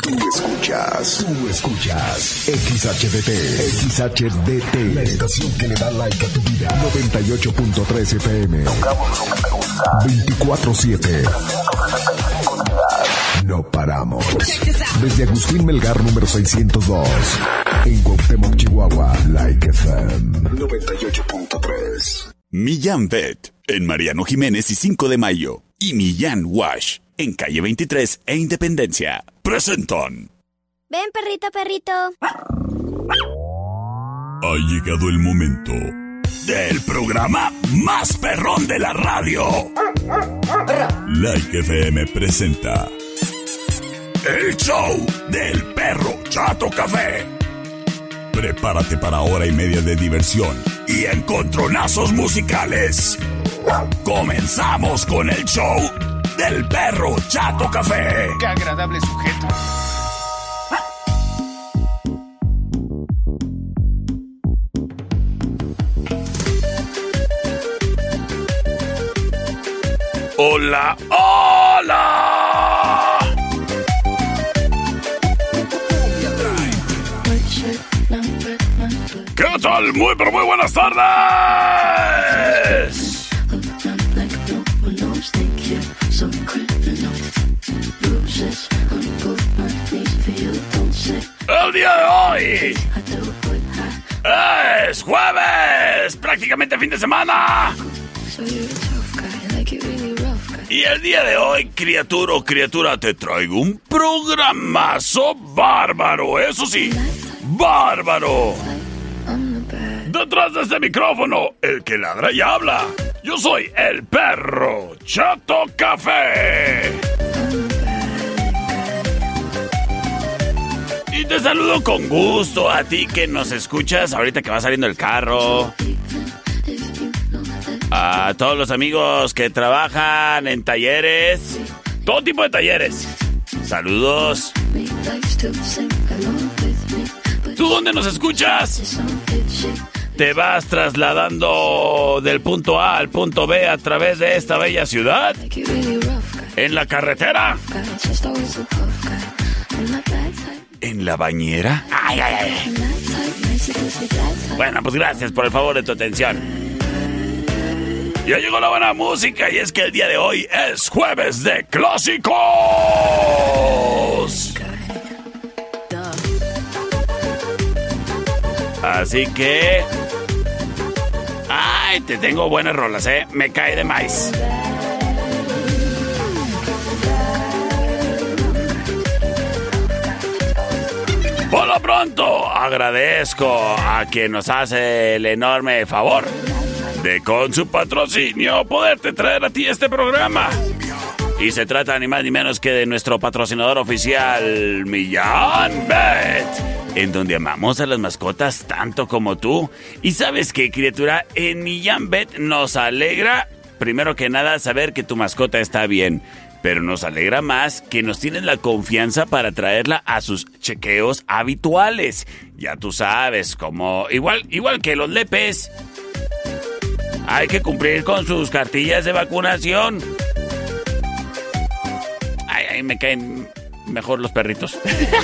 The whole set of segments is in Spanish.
Tú escuchas XHDT, la estación que le da like a tu vida. 98.3 FM. Tocamos lo que te gusta. 24/7. No paramos. Desde Agustín Melgar, número 602. En Cuauhtémoc, Chihuahua, Like FM 98.3. Millán Vet, en Mariano Jiménez y 5 de Mayo. Y Millán Wash, en calle 23 e Independencia. Presentan. Ven, perrito, perrito. Ha llegado el momento del programa más perrón de la radio. Like FM presenta el show del perro Chato Café. Prepárate para hora y media de diversión y encontronazos musicales. Comenzamos con el show del perro Chato Café. ¡Qué agradable sujeto! ¡Hola, hola! ¿Qué tal? Muy, pero muy buenas tardes. El día de hoy es jueves, prácticamente fin de semana. Y el día de hoy, criatura o criatura, te traigo un programazo bárbaro, eso sí, bárbaro. Detrás de este micrófono, el que ladra y habla. Yo soy el perro Chato Café. Y te saludo con gusto a ti que nos escuchas ahorita que va saliendo el carro. A todos los amigos que trabajan en talleres, todo tipo de talleres. Saludos. ¿Tú dónde nos escuchas? ¿Te vas trasladando del punto A al punto B a través de esta bella ciudad? ¿En la carretera? ¿En la bañera? ¡Ay, ay, ay! Bueno, pues gracias por el favor de tu atención. Ya llegó la buena música y es que el día de hoy es jueves de clásicos. Así que... ¡ay! Te tengo buenas rolas, me cae de maíz. Por lo pronto, agradezco a quien nos hace el enorme favor de con su patrocinio poderte traer a ti este programa. Y se trata ni más ni menos que de nuestro patrocinador oficial, Millán Vet, en donde amamos a las mascotas tanto como tú. Y ¿sabes qué, criatura? En Millán Vet nos alegra, primero que nada, saber que tu mascota está bien. Pero nos alegra más que nos tienes la confianza para traerla a sus chequeos habituales. Ya tú sabes, como igual que los lepes. Hay que cumplir con sus cartillas de vacunación. Ay, me caen mejor los perritos.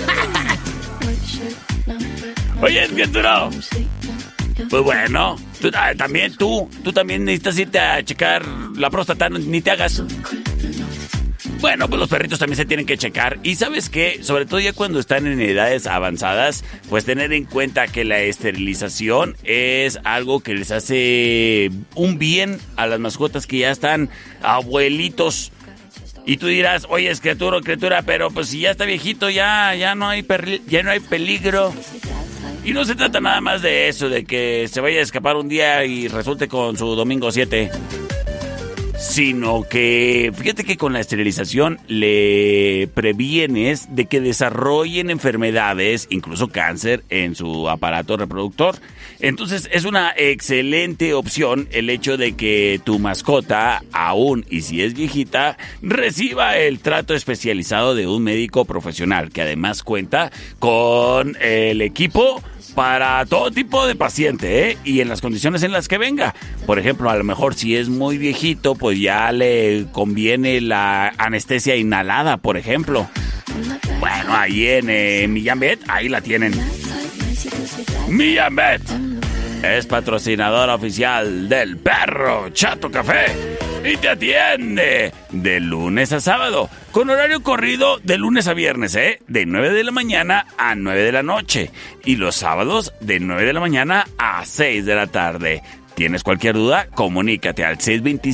Oye, criatura. Pues bueno, tú también necesitas irte a checar la próstata, ni te hagas. Bueno, pues los perritos también se tienen que checar. Y ¿sabes qué? Sobre todo ya cuando están en edades avanzadas, pues tener en cuenta que la esterilización es algo que les hace un bien a las mascotas que ya están abuelitos. Y tú dirás, oye, es criatura, pero pues si ya está viejito, ya no hay peligro. Y no se trata nada más de eso, de que se vaya a escapar un día y resulte con su domingo 7. Sino que, fíjate que con la esterilización le previenes de que desarrollen enfermedades, incluso cáncer, en su aparato reproductor. Entonces es una excelente opción el hecho de que tu mascota, aún y si es viejita, reciba el trato especializado de un médico profesional, que además cuenta con el equipo para todo tipo de paciente, y en las condiciones en las que venga. Por ejemplo, a lo mejor si es muy viejito, pues ya le conviene la anestesia inhalada, por ejemplo. Bueno, ahí en Millán Bet, ahí la tienen. Millán Bet es patrocinadora oficial del Perro Chato Café y te atiende de lunes a sábado, con horario corrido de lunes a viernes, de 9 de la mañana a 9 de la noche, y los sábados de 9 de la mañana a 6 de la tarde. ¿Tienes cualquier duda? Comunícate al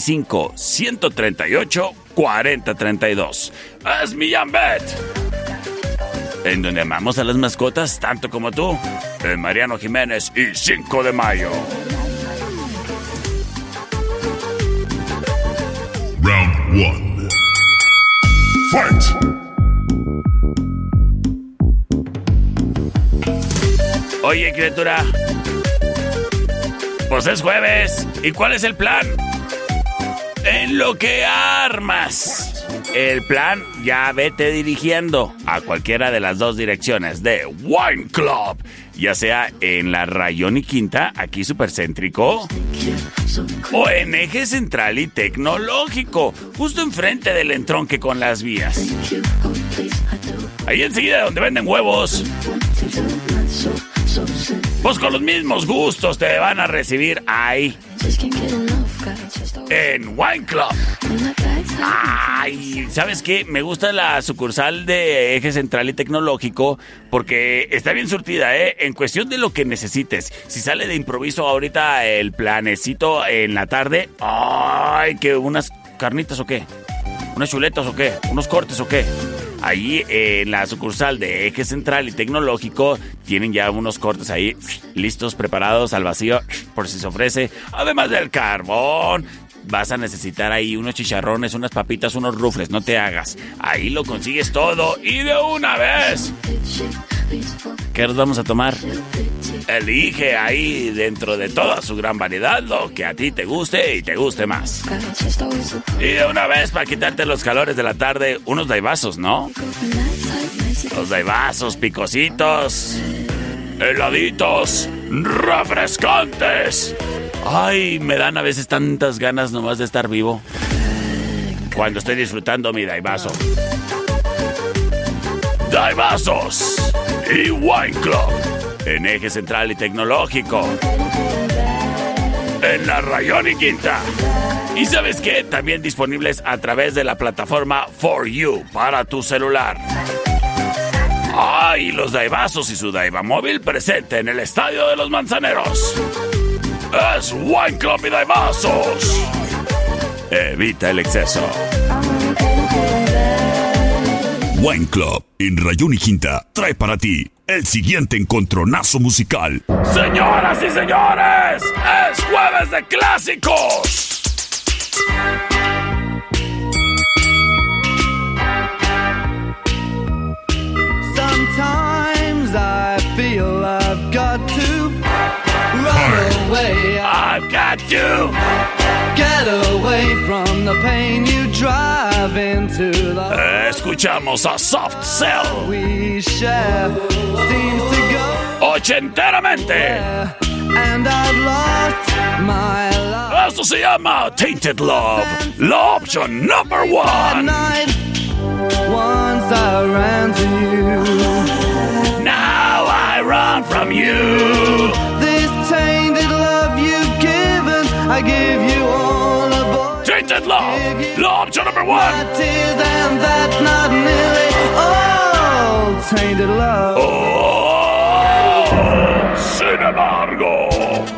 625-138-4032. Es Millán Bet, en donde amamos a las mascotas tanto como tú. En Mariano Jiménez y 5 de Mayo. Round 1. Fight! Oye, criatura, pues es jueves. ¿Y cuál es el plan? En lo que armas el plan, ya vete dirigiendo a cualquiera de las dos direcciones de Wine Club, ya sea en la Rayón y Quinta, aquí supercéntrico, o en Eje Central y Tecnológico, justo enfrente del entronque con las vías. Ahí enseguida donde venden huevos. Pues con los mismos gustos te van a recibir ahí, en Wine Club. Ay, ¿sabes qué? Me gusta la sucursal de Eje Central y Tecnológico porque está bien surtida, en cuestión de lo que necesites. Si sale de improviso ahorita el planecito en la tarde, ay, que unas carnitas o qué, unas chuletas o qué, unos cortes o qué. Ahí en la sucursal de Eje Central y Tecnológico tienen ya unos cortes ahí listos, preparados al vacío por si se ofrece. Además del carbón, vas a necesitar ahí unos chicharrones, unas papitas, unos rufles, no te hagas. Ahí lo consigues todo y de una vez. ¿Qué nos vamos a tomar? Elige ahí dentro de toda su gran variedad lo que a ti te guste y te guste más. Y de una vez, para quitarte los calores de la tarde, unos daibazos, ¿no? Los daibazos picositos, heladitos, refrescantes. Ay, me dan a veces tantas ganas nomás de estar vivo cuando estoy disfrutando mi daibazo. Daibazos y Wine Club en Eje Central y Tecnológico, en la Rayón y Quinta. ¿Y sabes qué? También disponibles a través de la plataforma For You para tu celular. ¡Ay! Los daibazos y su daiva móvil presente en el Estadio de los Manzaneros. Es Wine Club y daibazos. Evita el exceso. Wine Club en Rayón y Quinta trae para ti el siguiente encontronazo musical. Señoras y señores, es jueves de clásicos. Sometimes I feel I've got to run away. I've got to get away from the pain you drive into the Escuchamos a Soft Cell. we share seems to go Ochenteramente. and I've lost my love. Esto se llama Tainted Love, la opción number At one. night, once I ran to you. Now I run from you. This tainted love you've given, I give you all aboard. Tainted Love, la opción number My one. tears, and that's not nearly all tainted love. Oh, sin embargo.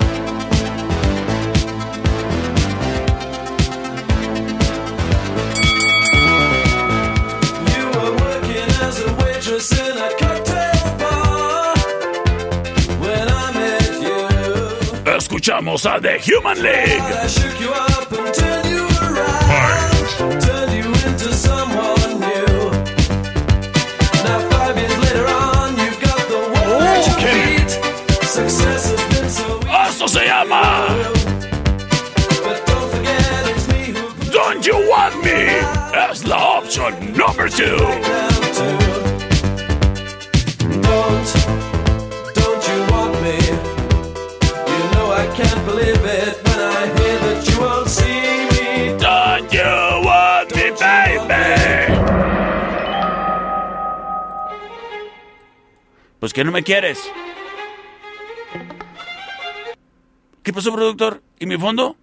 You were working as a waitress in a cocktail bar when I met you. Escuchamos a The Human League. I shook you up and turned you around, turned you into someone new. Now 5 years later on, you've got the world at your feet. Success has been so Esto se llama but don't forget it's me who put Don't You Want Me. Es la opción number two. down to. Don't you want me? You know I can't believe it when I hear that you won't see me. Don't you want me, baby? Pues que no me quieres. ¿Qué pasó, productor? ¿Y mi fondo?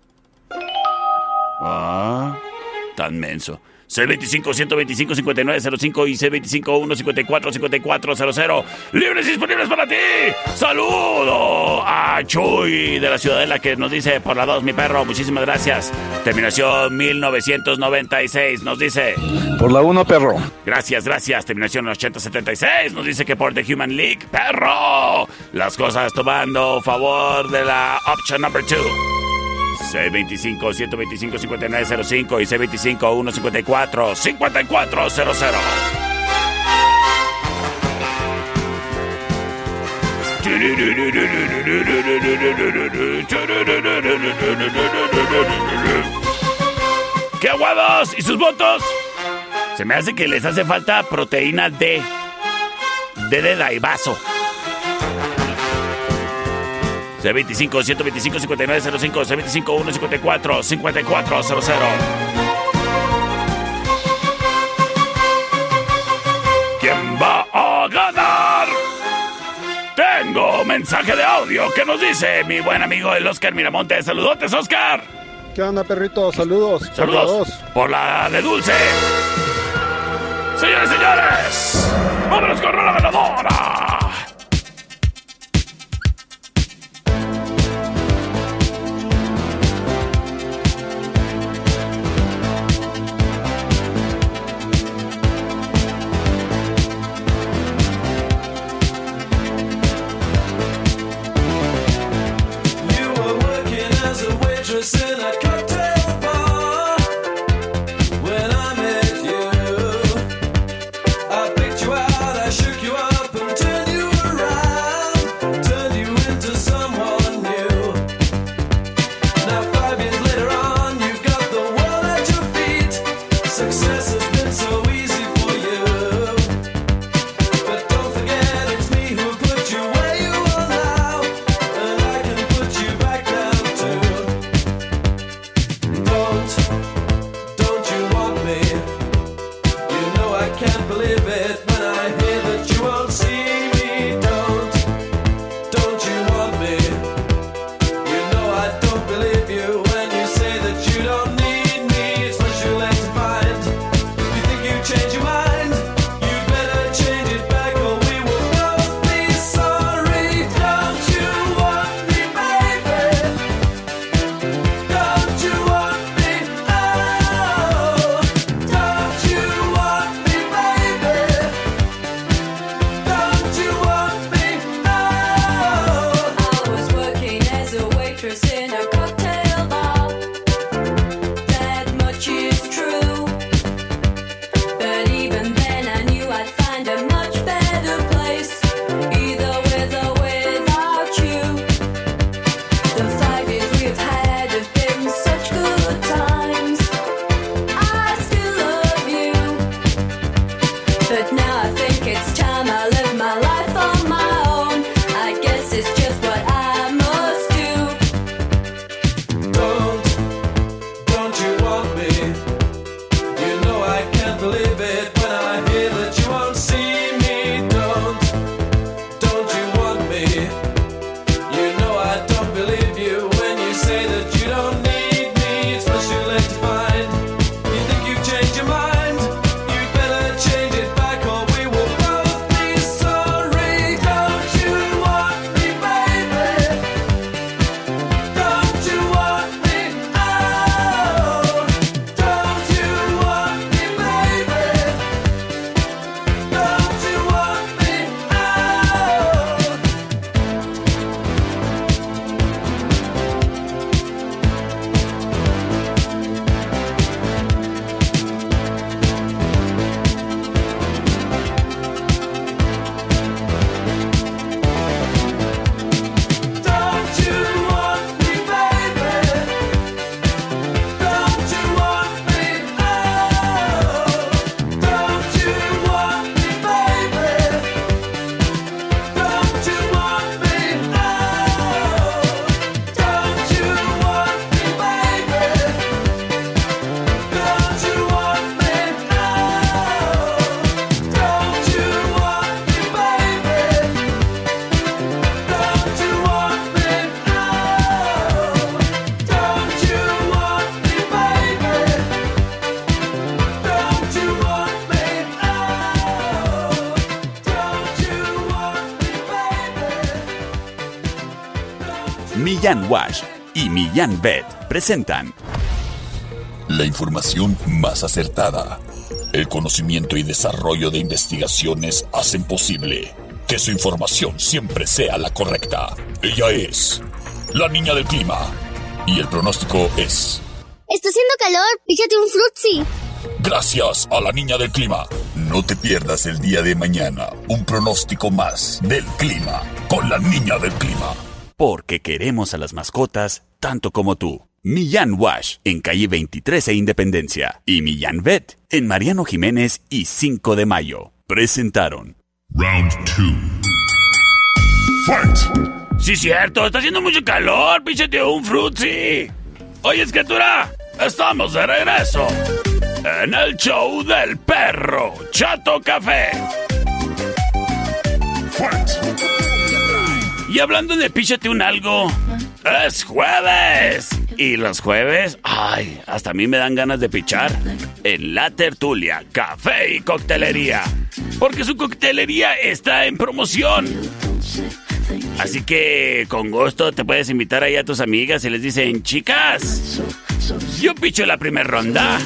Tan menso. C25-125-5905 y C25-154-5400. Libres y disponibles para ti. Saludo a Chuy de la Ciudadela que nos dice por la 2, mi perro. Muchísimas gracias. Terminación 1996 nos dice. Por la 1, perro. Gracias. Terminación 8076 nos dice que por The Human League, perro. Las cosas tomando favor de la option number 2. C25-125-5905 y C25-154-5400. ¡Qué aguados! ¿Y sus votos? Se me hace que les hace falta proteína D. D de daibazo. C25-125-5905, C25-154-5400. ¿Quién va a ganar? Tengo mensaje de audio que nos dice mi buen amigo el Oscar Miramontes. Saludotes, Oscar. ¿Qué onda, perrito? Saludos. Saludos. Por la de Dulce. Señores, vámonos con la ganadora. In a cocktail bar, when I met you, I picked you out, I shook you up and Millán Wash y Millán Vet presentan la información más acertada. El conocimiento y desarrollo de investigaciones hacen posible que su información siempre sea la correcta. Ella es la niña del clima y el pronóstico es... Está haciendo calor, píchate un frutzi. Gracias a la niña del clima. No te pierdas el día de mañana un pronóstico más del clima con la niña del clima. Porque queremos a las mascotas tanto como tú. Millán Wash en calle 23 e Independencia y Millán Vet en Mariano Jiménez y 5 de Mayo. Presentaron Round 2. Fight. Sí, cierto, está haciendo mucho calor, píchate un frutzi. Oye, criatura, estamos de regreso en el show del perro Chato Café. Fight. Y hablando de píchate un algo, es jueves. Y los jueves, ay, hasta a mí me dan ganas de pichar en La Tertulia, café y coctelería. Porque su coctelería está en promoción. Así que con gusto te puedes invitar ahí a tus amigas y les dicen, chicas, yo picho la primera ronda.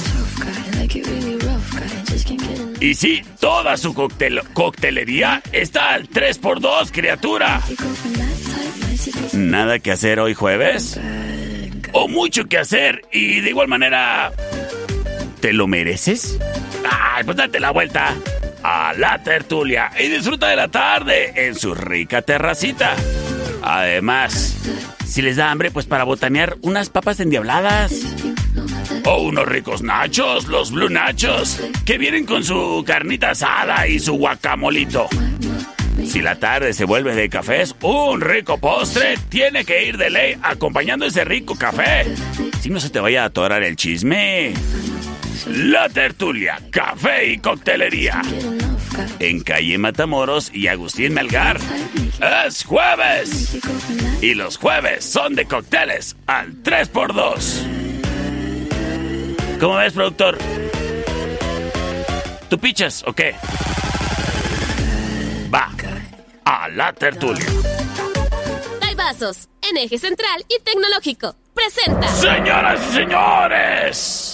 Y sí, toda su coctelería está al 3x2, criatura. ¿Nada que hacer hoy jueves? ¿O mucho que hacer y de igual manera te lo mereces? Ay, pues date la vuelta a La Tertulia y disfruta de la tarde en su rica terracita. Además, si les da hambre, pues para botanear unas papas endiabladas. O unos ricos nachos, los Blue Nachos, que vienen con su carnita asada y su guacamolito. Si la tarde se vuelve de cafés, un rico postre tiene que ir de ley acompañando ese rico café. Si no se te vaya a atorar el chisme. La Tertulia, café y coctelería. En calle Matamoros y Agustín Melgar. Es jueves. Y los jueves son de cócteles al 3x2. ¿Cómo ves, productor? ¿Tú pichas o qué? Va a La Tertulia. Vasos en Eje Central y Tecnológico presenta. Señoras y señores,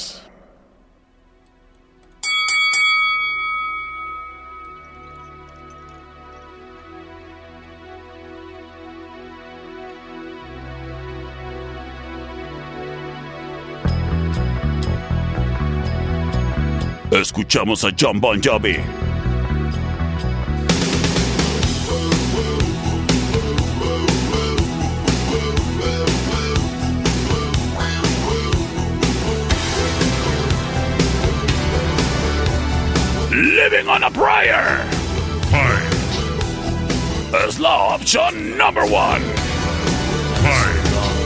escuchamos a Jon Bon Jovi. Living on a Prayer. Fight. Es la opción number 1. Fight.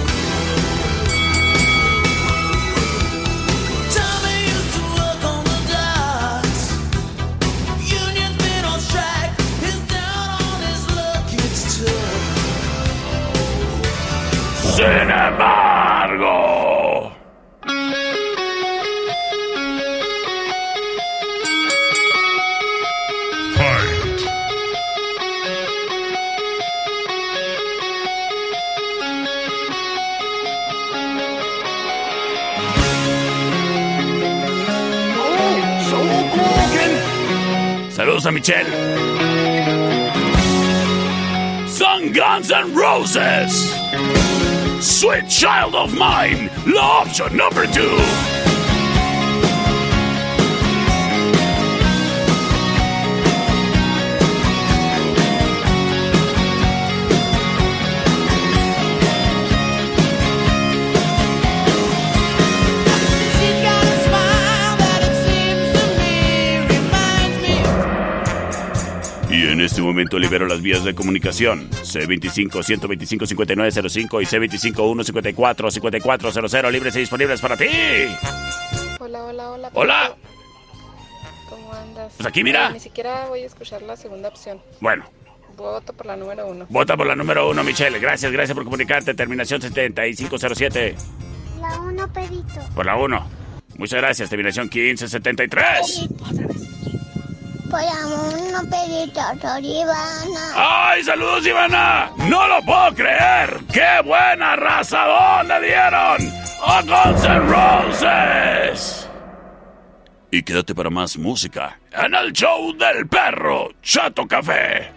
Sin embargo, saludos a Michelle. Son Guns N' Roses. Sweet Child of Mine, la opción number 2. Y en este momento libero las vías de comunicación. C25-125-5905 y C25-154-5400 libres y disponibles para ti. Hola, hola, hola. Hola. ¿Cómo andas? Pues aquí, mira. Ni siquiera voy a escuchar la segunda opción. Bueno. Voto por la número 1. Vota por la número 1, Michelle. Gracias por comunicarte. Terminación 7507. La 1, Pedito. Por la 1. Muchas gracias. Terminación 1573. Por uno peditos, Ivana. ¡Ay, saludos, Ivana! ¡No lo puedo creer! ¡Qué buena raza! ¿Dónde dieron? ¡A Guns N' Roses! Y quédate para más música en el show del perro Chato Café.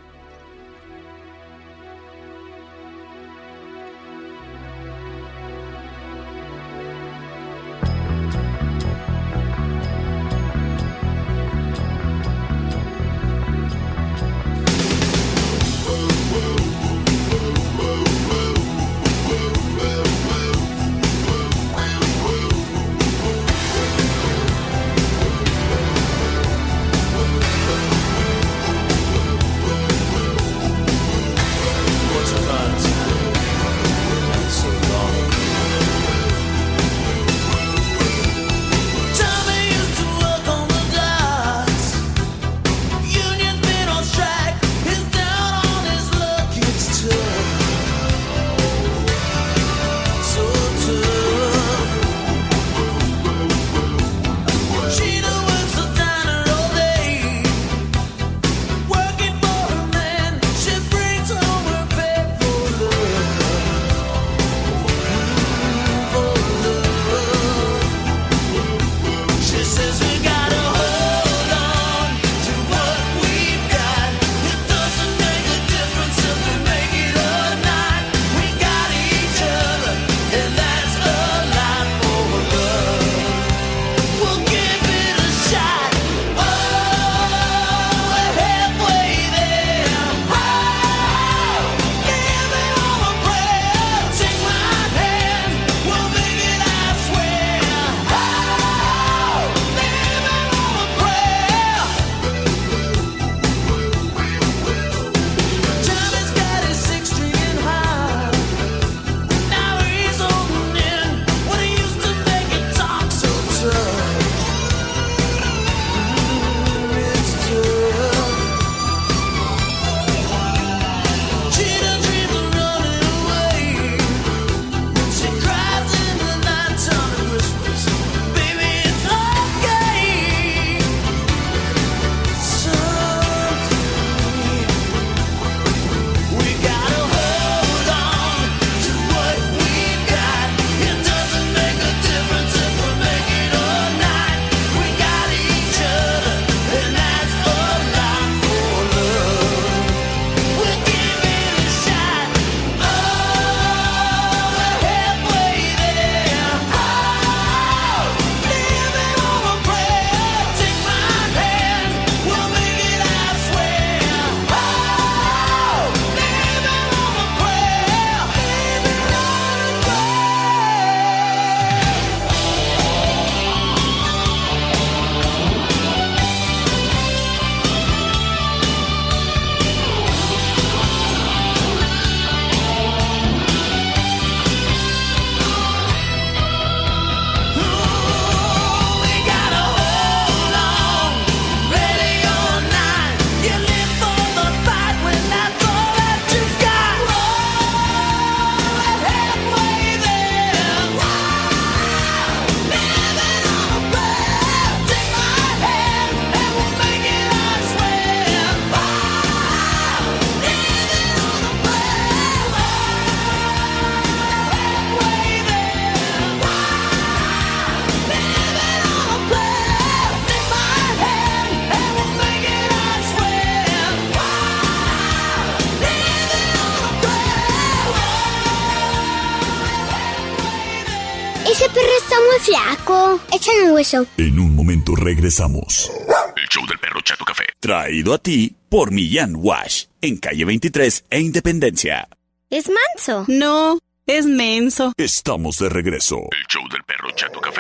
Ese perro está muy flaco. Échale un hueso. En un momento regresamos. El show del perro Chato Café. Traído a ti por Millán Wash. En calle 23 e Independencia. ¿Es manso? No, es menso. Estamos de regreso. El show del perro Chato Café.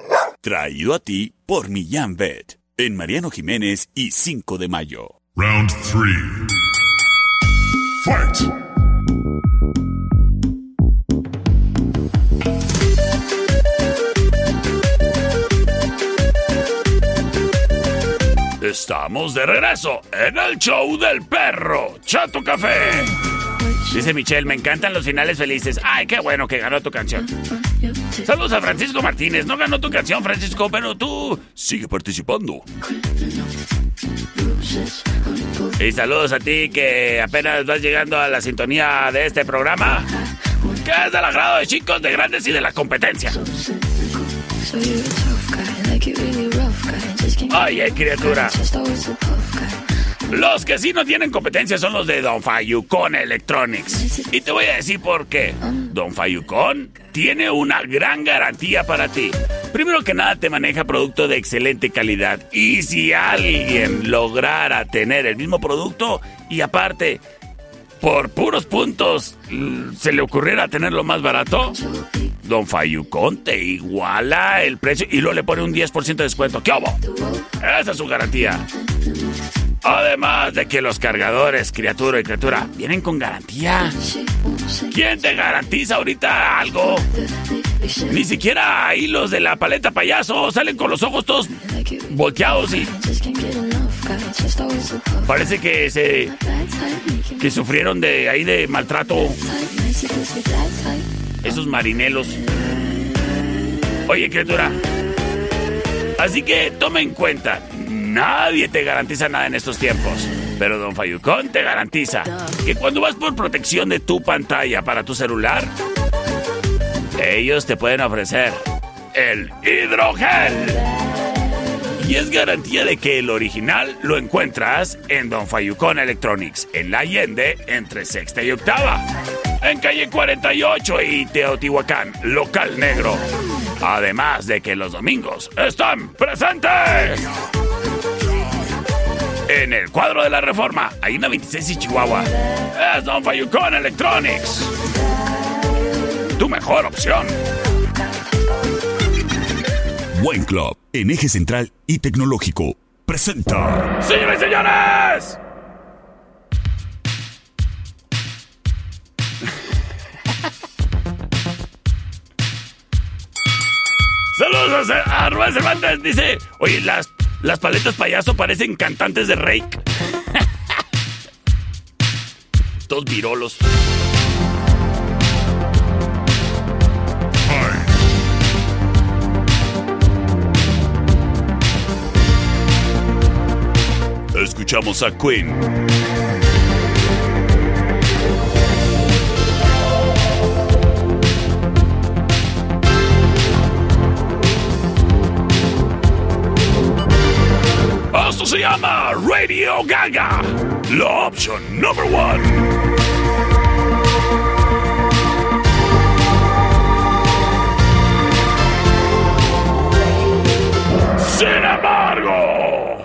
Traído a ti por Millán Vet. En Mariano Jiménez y 5 de Mayo. Round 3. Fight! Estamos de regreso en el show del perro Chato Café. Dice Michelle, me encantan los finales felices. Ay, qué bueno que ganó tu canción. Saludos a Francisco Martínez. No ganó tu canción, Francisco, pero tú sigue participando. Y saludos a ti que apenas vas llegando a la sintonía de este programa, que es del agrado de chicos, de grandes y de la competencia. Oye, criatura, los que sí no tienen competencia son los de Don Fayucón Electronics. Y te voy a decir por qué. Don Fayucón tiene una gran garantía para ti. Primero que nada, te maneja producto de excelente calidad. Y si alguien lograra tener el mismo producto y aparte, por puros puntos, se le ocurriera tenerlo más barato, Don Fayucón te iguala el precio y luego le pone un 10% de descuento. ¿Qué hubo? Esa es su garantía. Además de que los cargadores, criatura y criatura, vienen con garantía. ¿Quién te garantiza ahorita algo? Ni siquiera ahí los de la paleta payaso salen con los ojos todos volteados y parece que sufrieron de ahí de maltrato. Esos marinelos. Oye, criatura, así que toma en cuenta, nadie te garantiza nada en estos tiempos, pero Don Fayucón te garantiza que cuando vas por protección de tu pantalla para tu celular, ellos te pueden ofrecer el hidrogel. Y es garantía de que el original lo encuentras en Don Fayucón Electronics, en La Allende, entre Sexta y Octava, en calle 48 y Teotihuacán, local negro. Además de que los domingos están presentes en el cuadro de la Reforma, ahí en la 26 y Chihuahua. Es Don Fayucón Electronics, tu mejor opción. Buen Club, en Eje Central y Tecnológico, presenta... ¡Señores y señores! Saludos a Rubén Cervantes. Dice, oye, las paletas payaso parecen cantantes de Rake. Todos virolos. Escuchamos a Queen. Esto se llama Radio Gaga, la opción number 1. Sin embargo,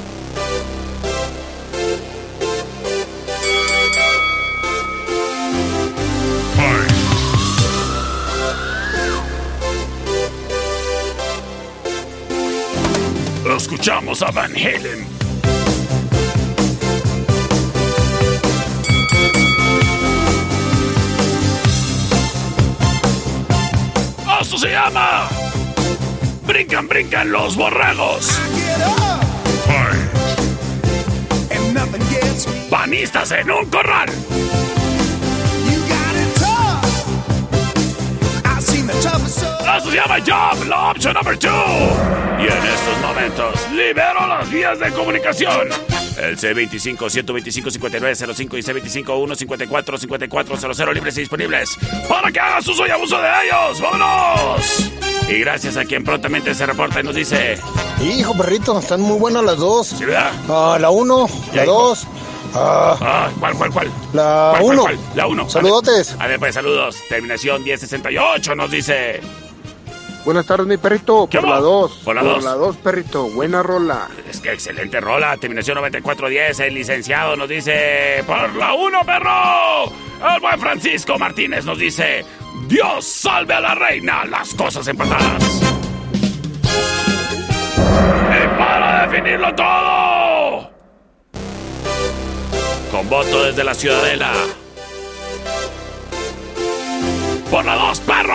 escuchamos a Van Halen. Esto se llama Brincan, brincan los borregos. Panistas en un corral. Esto se llama Job, la opción number 2. Y en estos momentos libero las vías de comunicación. El C25-125-5905 y C25-154-5400 libres y disponibles para que hagas uso y abuso de ellos. ¡Vámonos! Y gracias a quien prontamente se reporta y nos dice... Hijo, perrito, están muy buenas las dos. ¿Sí, verdad? La 1, la 2. ¿Cuál? La 1. La 1. Saludotes. A ver, pues, saludos. Terminación 1068 nos dice... Buenas tardes, mi perrito. ¿Qué Por la 2. Por la 2. Por la 2, perrito. Buena rola. Es que excelente rola. Terminación 9410. El licenciado nos dice... Por la 1, perro. El buen Francisco Martínez nos dice... Dios salve a la reina. Las cosas empatadas. Y para definirlo todo, con voto desde la Ciudadela, por la 2, perro.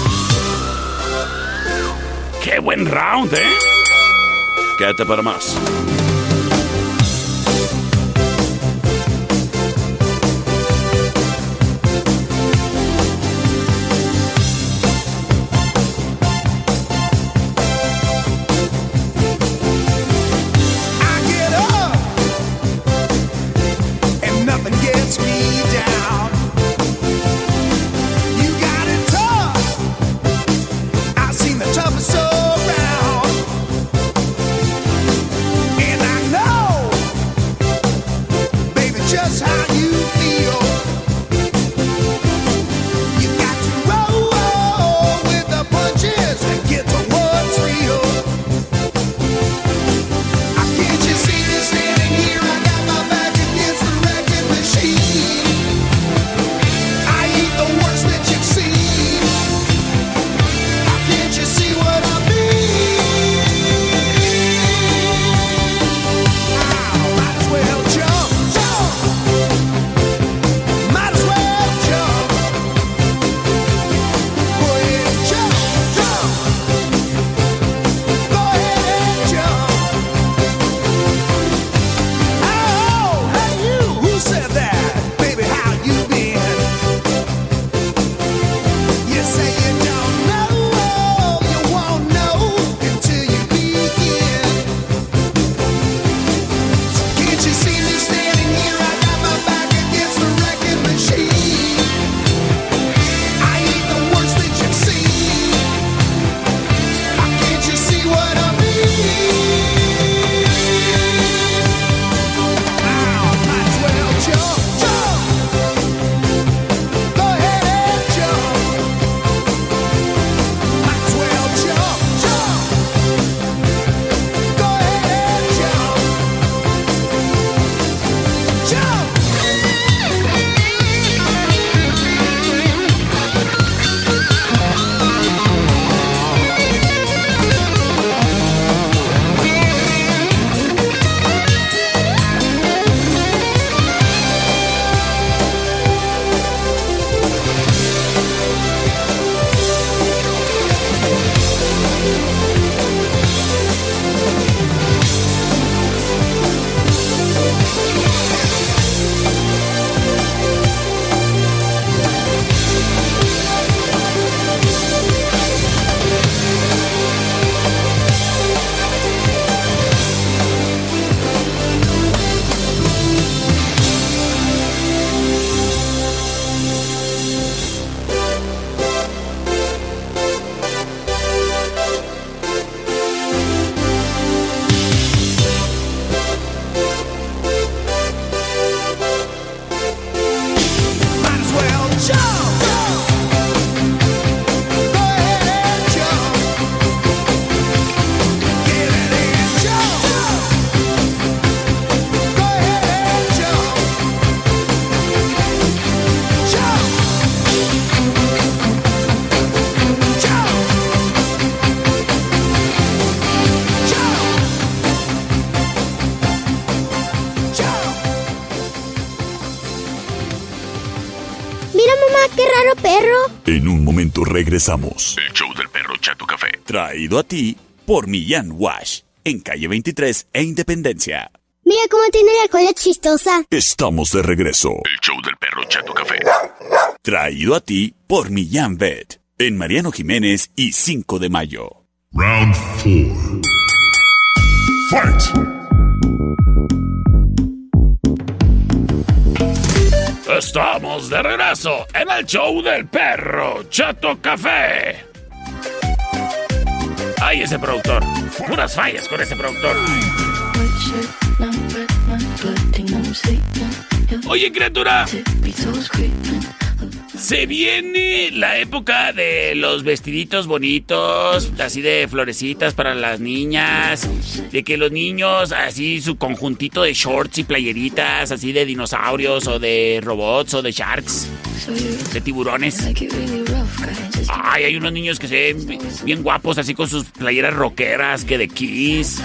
¡Qué buen round, eh! Quédate para más. mamá, qué raro perro. En un momento regresamos. El show del perro Chato Café. Traído a ti por Millán Wash. En calle 23 e Independencia. Mira cómo tiene la cola chistosa. Estamos de regreso. El show del perro Chato Café. Traído a ti por Millán Vet. En Mariano Jiménez y 5 de Mayo. Round 4. Fight. Estamos de regreso en el show del perro Chato Café. Ay, ese productor. Puras fallas con ese productor. Oye, criatura. Se viene la época de los vestiditos bonitos, así de florecitas para las niñas, de que los niños, así su conjuntito de shorts y playeritas, así de dinosaurios o de robots o de sharks, de tiburones. Ay, hay unos niños que se ven bien guapos, así con sus playeras rockeras, que de Kiss,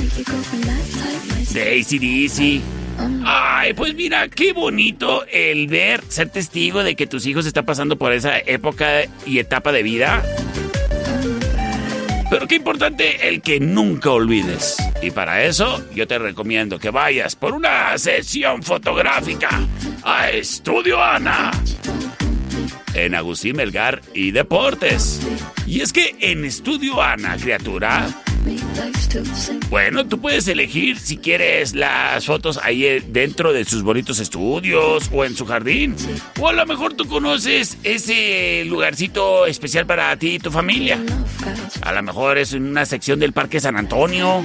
de AC/DC. Ay, pues mira, qué bonito el ser testigo de que tus hijos están pasando por esa época y etapa de vida. Pero qué importante el que nunca olvides. Y para eso, yo te recomiendo que vayas por una sesión fotográfica a Estudio Ana, en Agustín Melgar y Deportes. Y es que en Estudio Ana, criatura, bueno, tú puedes elegir si quieres las fotos ahí dentro de sus bonitos estudios o en su jardín. O a lo mejor tú conoces ese lugarcito especial para ti y tu familia. A lo mejor es en una sección del Parque San Antonio.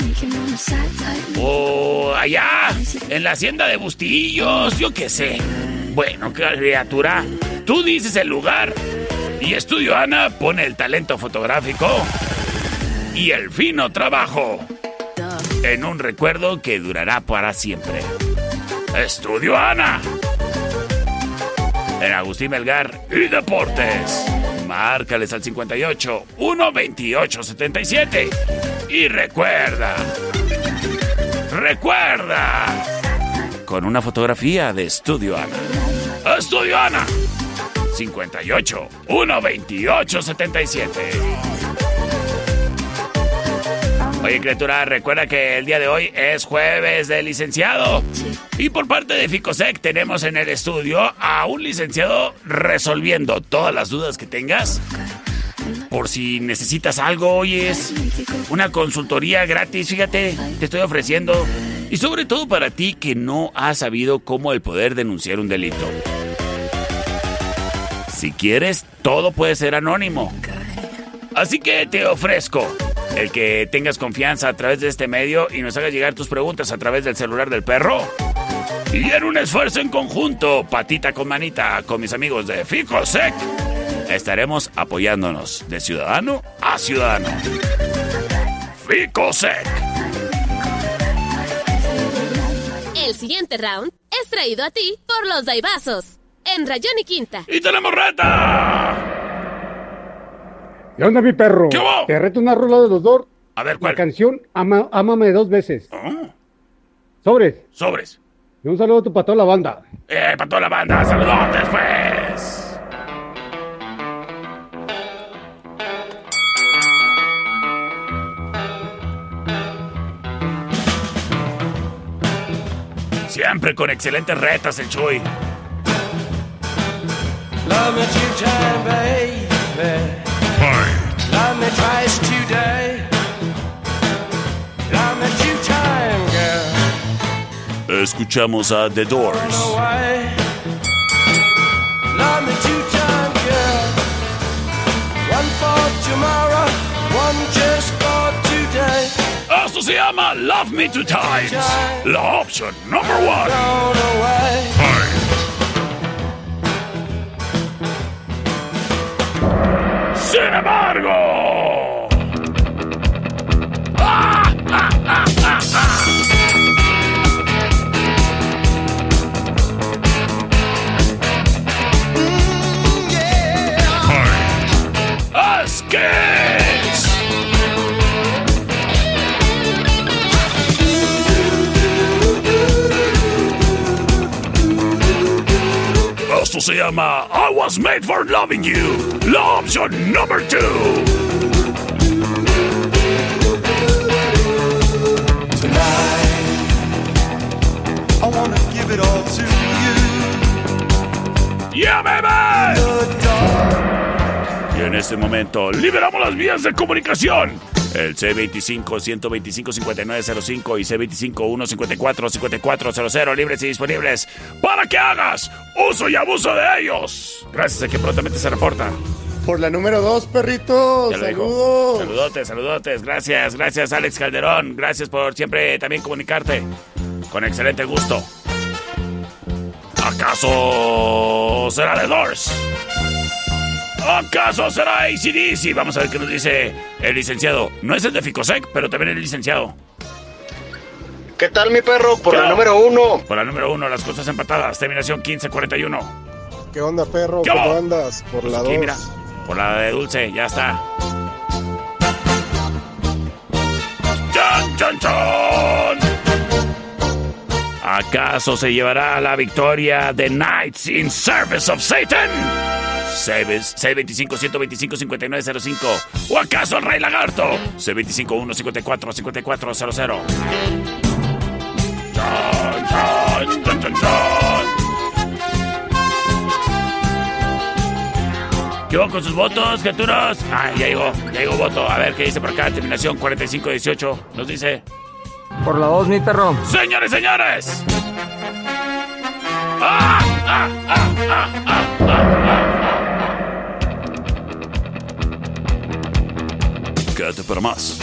O allá, en la Hacienda de Bustillos, yo qué sé. Bueno, criatura, tú dices el lugar y Estudio Ana pone el talento fotográfico y el fino trabajo en un recuerdo que durará para siempre. Estudio Ana, en Agustín Melgar y Deportes. Márcales al 58 128 77 y recuerda, con una fotografía de Estudio Ana. Estudio Ana, 58 128 77. Oye, criatura, recuerda que el día de hoy es jueves de licenciado. Y por parte de Ficosec tenemos en el estudio a un licenciado resolviendo todas las dudas que tengas. Por si necesitas algo, oyes, una consultoría gratis, fíjate, te estoy ofreciendo. Y sobre todo para ti que no has sabido cómo el poder denunciar un delito. Si quieres, todo puede ser anónimo. Así que te ofrezco el que tengas confianza a través de este medio y nos hagas llegar tus preguntas a través del celular del perro. Y en un esfuerzo en conjunto, patita con manita, con mis amigos de Ficosec, estaremos apoyándonos de ciudadano a ciudadano. Ficosec. El siguiente round es traído a ti por los Daibazos, en Rayón y Quinta. ¡Y tenemos reta! ¿Qué onda, mi perro? ¿Qué hubo? Te reto una rola de los dos. A ver, ¿cuál? La canción Ámame 2 veces. Oh. Sobres. Sobres. Y un saludo para toda la banda. Para toda la banda, saludotes, pues. Siempre con excelentes retas el Chuy. Love me 2 times, baby. Love me twice today. Love me 2 times, girl. Escuchamos a The Doors. Love me 2 times, girl. One for tomorrow, one just for today. Esto se llama Love Me 2 Times. La opción number 1. Sin embargo. ¡Ah, ah, ah, ah, ah! Skates. Esto se llama I Was Made for Loving You. La opción number 2. I wanna give it all to you. ¡Yeah, baby! Y en este momento liberamos las vías de comunicación. El C25-125-5905 y C25-154-5400 libres y disponibles para que hagas uso y abuso de ellos. Gracias a que prontamente se reporta. Por la número 2, perrito. Ya lo dijo. Saludos. Saludotes. Gracias, Alex Calderón. Gracias por siempre también comunicarte. Con excelente gusto. ¿Acaso será The Doors? ¿Acaso será AC/DC? Vamos a ver qué nos dice el licenciado. No es el de Ficosec, pero también el licenciado. ¿Qué tal, mi perro? Por la número 1. Por la número 1, las cosas empatadas. Terminación 1541. ¿Qué onda, perro? ¿Qué ¿Cómo andas? Por la 2. Aquí, mira. Por la de Dulce, ya está. ¡Chan, chan, chan! ¿Acaso se llevará la victoria The Knights in Service of Satan? C25-125-5905. ¿O acaso el Rey Lagarto? C25-154-5400. ¡Chan, chan, chan, chan, chan! ¿Qué hubo con sus votos, criaturas? Ah, ya llegó voto. A ver qué dice por acá. Terminación 4518. Nos dice... Por la 2, mi perro. ¡Señores! Quédate para más.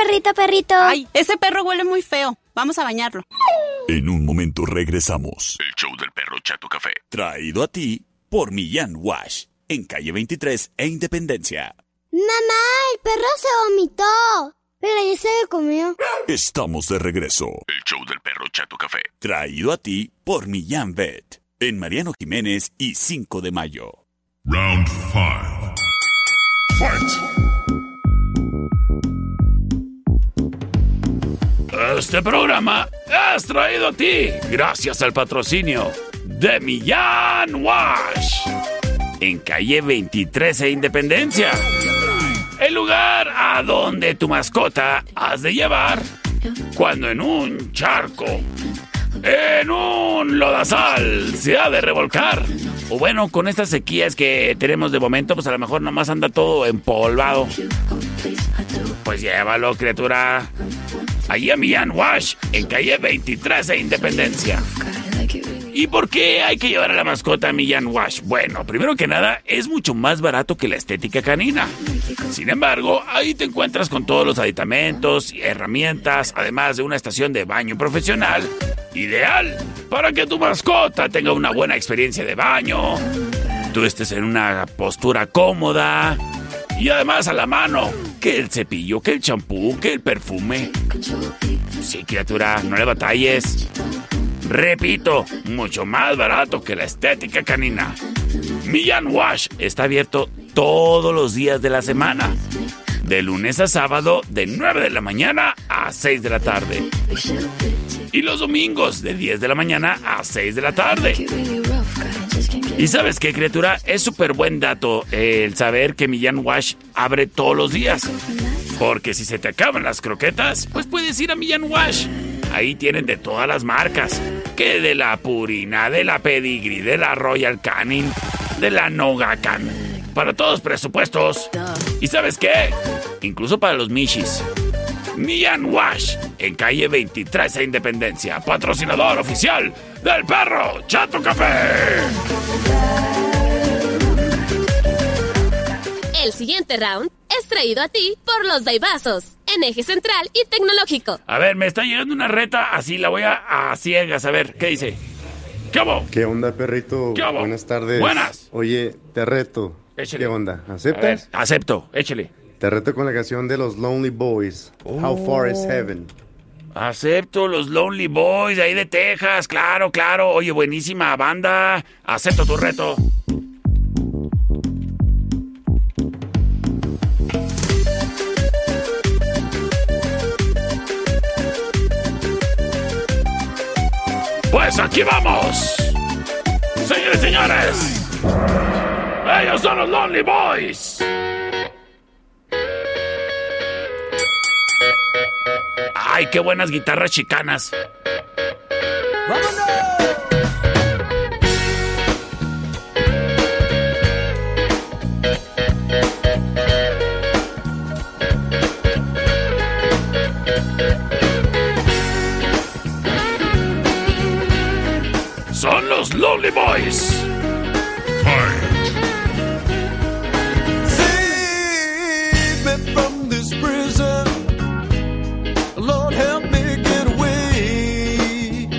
perrito. Ay, ese perro huele muy feo. Vamos a bañarlo. En un momento regresamos. El show del perro Chato Café. Traído a ti por Millán Wash. En calle 23 e Independencia. Mamá, el perro se vomitó. Pero ya se lo comió. Estamos de regreso. El show del perro Chato Café. Traído a ti por Millán Vet. En Mariano Jiménez y 5 de mayo. Round 5. Fight. Este programa es traído a ti gracias al patrocinio de Millán Wash. En calle 23 e Independencia. El lugar a donde tu mascota has de llevar cuando en un charco, en un lodazal, se ha de revolcar. O bueno, con estas sequías que tenemos de momento, pues a lo mejor nomás anda todo empolvado. Pues llévalo, criatura. Ahí a Millán Wash, en calle 23 e Independencia. ¿Y por qué hay que llevar a la mascota a Millán Wash? Bueno, primero que nada, es mucho más barato que la estética canina. Sin embargo, ahí te encuentras con todos los aditamentos y herramientas, además de una estación de baño profesional, ideal para que tu mascota tenga una buena experiencia de baño, tú estés en una postura cómoda y además a la mano, que el cepillo, que el champú, que el perfume. Sí, criatura, no le batalles. Repito, mucho más barato que la estética canina. Millán Wash está abierto todos los días de la semana, de lunes a sábado, de 9 de la mañana a 6 de la tarde. Y los domingos, de 10 de la mañana a 6 de la tarde. ¿Y sabes qué, criatura? Es súper buen dato el saber que Millán Wash abre todos los días. Porque si se te acaban las croquetas, pues puedes ir a Millán Wash. Ahí tienen de todas las marcas. Que de la Purina, de la Pedigree, de la Royal Canin, de la Nogacan. Para todos presupuestos. ¿Y sabes qué? Incluso para los Mishis. Millán Wash, en calle 23 e Independencia. Patrocinador oficial del perro Chato Café. El siguiente round es traído a ti por los Daibazos, en Eje Central y Tecnológico. A ver, me está llegando una reta, así la voy a ciegas, a ver, ¿qué dice? ¿Qué hago? ¿Qué onda, perrito? ¿Qué hago? Buenas tardes. Buenas. Oye, te reto. Échale. ¿Qué onda? A ver, ¿Aceptas? acepto, échale. Te reto con la canción de los Lonely Boys. How Far Is Heaven? Acepto, los Lonely Boys de ahí de Texas, claro, claro. Oye, buenísima banda. Acepto tu reto. Pues aquí vamos. Señores y señores, ellos son los Lonely Boys. ¡Ay, qué buenas guitarras chicanas! Son los Lonely Boys. Save me from this prison. Lord, help me get away.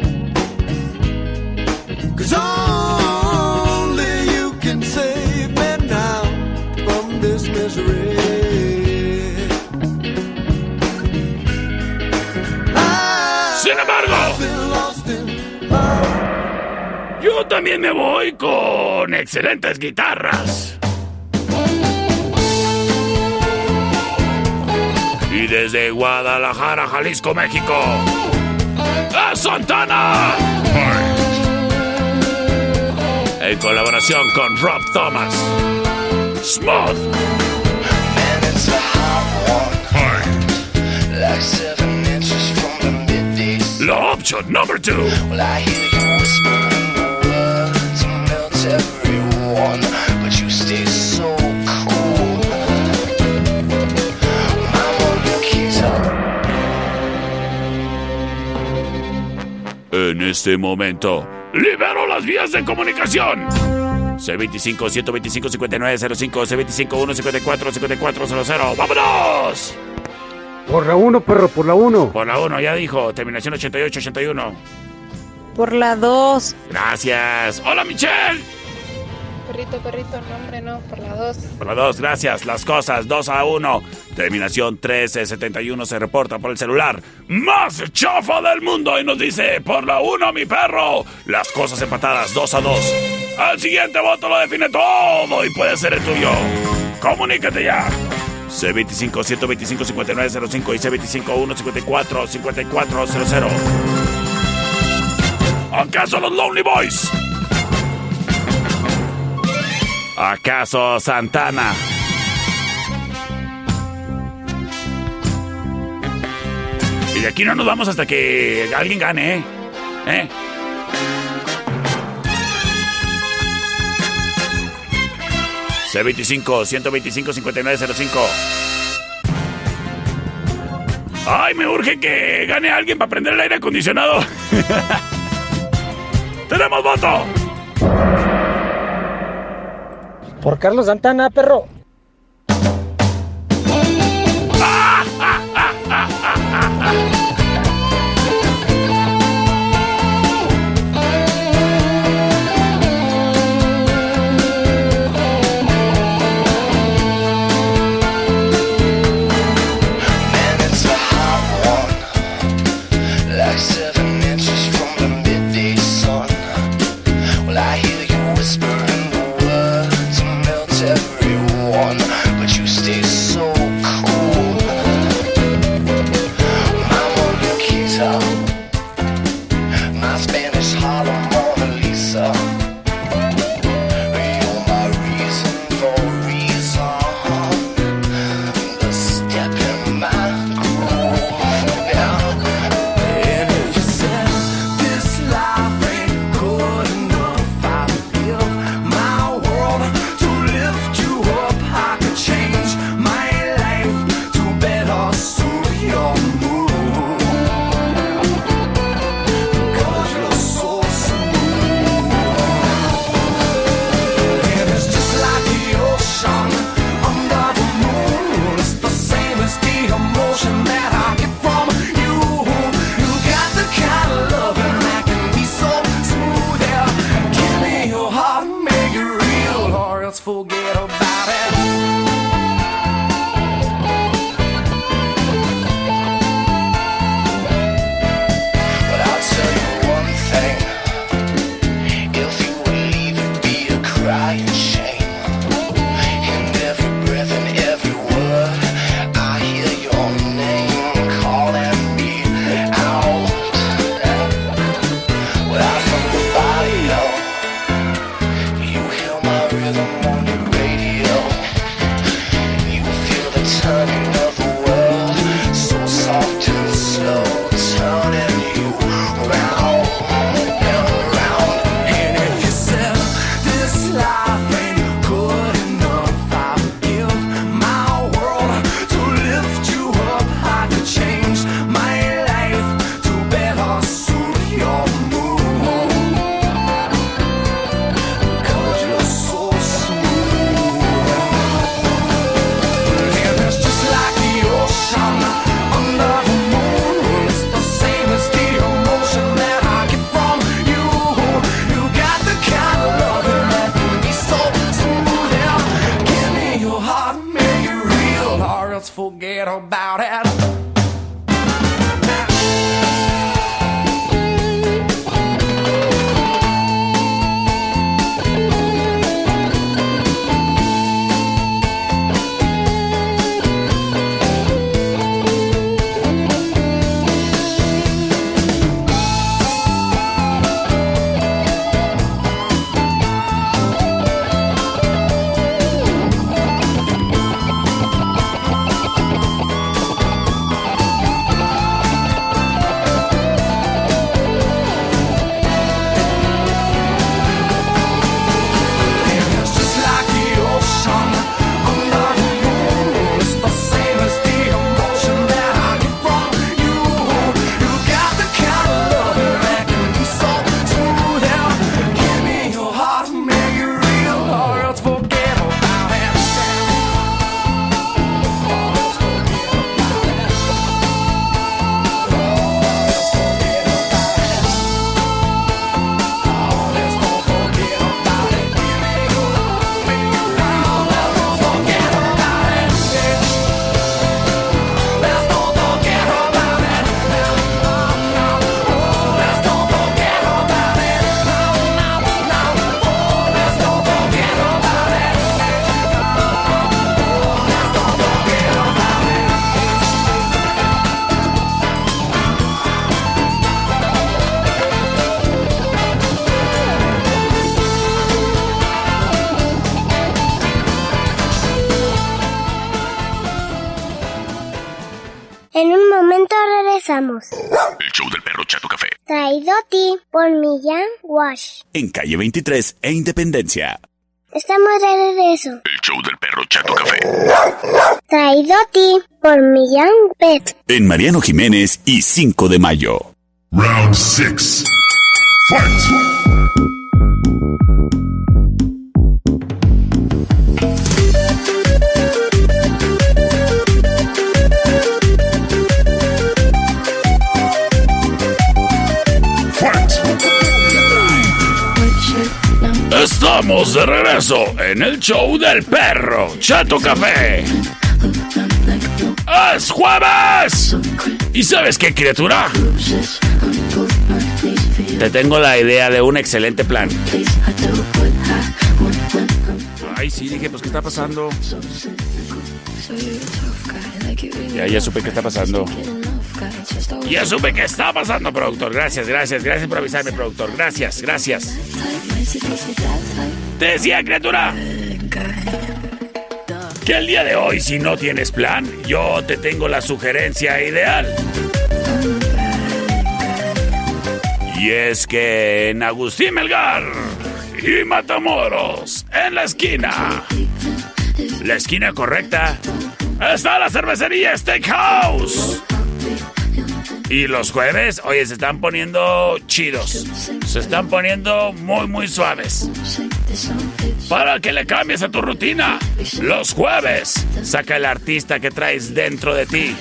'Cause only you can save me now from this misery. Sin embargo, yo también me voy con excelentes guitarras. Y desde Guadalajara, Jalisco, México, ¡es Santana! En colaboración con Rob Thomas. Smooth. And it's a hot one. Like 7 inches from the midday. La option number 2. Well, I hear you whispering the words to melt everyone, but you stay so cool. Mama, look up. En este momento, libero las vías de comunicación. C25-125-5905, C25-154-5400. ¡Vámonos! Por la 1, perro, por la 1. Por la 1, ya dijo. Terminación 88-81. Por la 2. Gracias. Hola, Michelle. Perrito, no, hombre, no, por la 2. Por la 2, gracias. Las cosas, 2-1. Terminación 1371 se reporta por el celular. ¡Más chafa del mundo! Y nos dice, por la 1, mi perro. Las cosas empatadas, 2-2. Al siguiente voto lo define todo y puede ser el tuyo. Comunícate ya. C25-125-5905 y C25-154-5400. ¿Acaso los Lonely Boys? ¿Acaso Santana? Y de aquí no nos vamos hasta que alguien gane, ¿eh? C25-125-5905. ¡Ay, me urge que gane alguien para prender el aire acondicionado! ¡Tenemos voto! Por Carlos Santana, perro. regresamos. El show del perro Chato Café. Traído a ti por Millán Wash. En calle 23 e Independencia. Estamos de regreso. El show del perro Chato Café. Traído a ti por Millán Pet. En Mariano Jiménez y 5 de mayo. Round 6. Fight! Estamos de regreso en el show del perro Chato Café. ¡Es jueves! ¿Y sabes qué, criatura? Te tengo la idea de un excelente plan. Ay, sí, dije, pues, ¿qué está pasando? Ya supe qué está pasando. Ya supe qué está pasando, productor. Gracias por avisarme, productor. Gracias. Te decía, criatura, que el día de hoy, si no tienes plan, yo te tengo la sugerencia ideal. Y es que en Agustín Melgar y Matamoros, en la esquina correcta, está la cervecería Steakhouse. Y los jueves, oye, se están poniendo chidos. Se están poniendo muy, muy suaves. Para que le cambies a tu rutina. Los jueves, saca el artista que traes dentro de ti.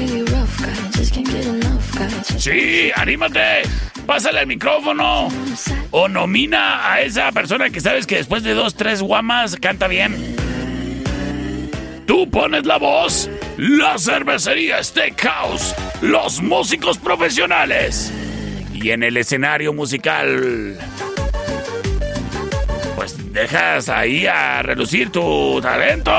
Sí, anímate. Pásale el micrófono. O nomina a esa persona que sabes que después de 2, 3 guamas canta bien. Tú pones la voz. La cervecería Steakhouse. Los músicos profesionales. Y en el escenario musical, pues dejas ahí a relucir tu talento.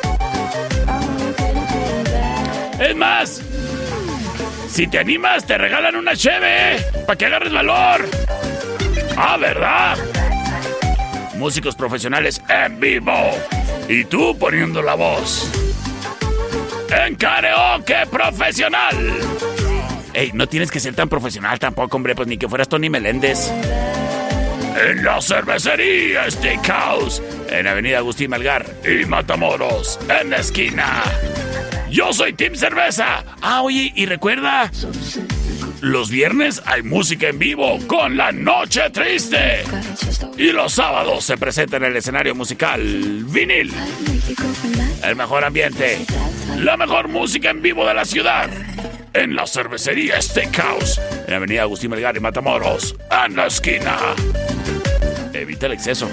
Es más, si te animas, te regalan una cheve para que agarres valor. Ah, ¿verdad? Músicos profesionales en vivo. Y tú poniendo la voz. En karaoke profesional. Ey, no tienes que ser tan profesional tampoco, hombre, pues ni que fueras Tony Meléndez. En la cervecería Steakhouse, en Avenida Agustín Melgar y Matamoros, en la esquina. Yo soy Team Cerveza. Ah, oye, y recuerda, los viernes hay música en vivo con La Noche Triste. Y los sábados se presenta en el escenario musical Vinil. El mejor ambiente, la mejor música en vivo de la ciudad. En la cervecería Steakhouse, en Avenida Agustín Melgar y Matamoros, en la esquina. Evita el exceso.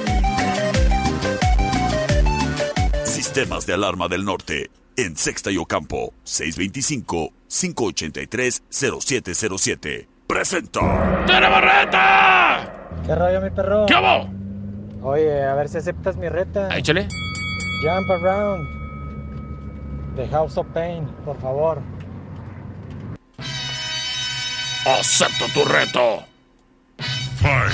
Sistemas de alarma del norte. En Sexta y Ocampo, 625-583-0707. Presenta. ¡Tenemos reta! ¿Qué rollo, mi perro? ¿Qué hago? Oye, a ver si aceptas mi reta. Échale. Jump Around. The House of Pain, por favor. Acepto tu reto. Fight!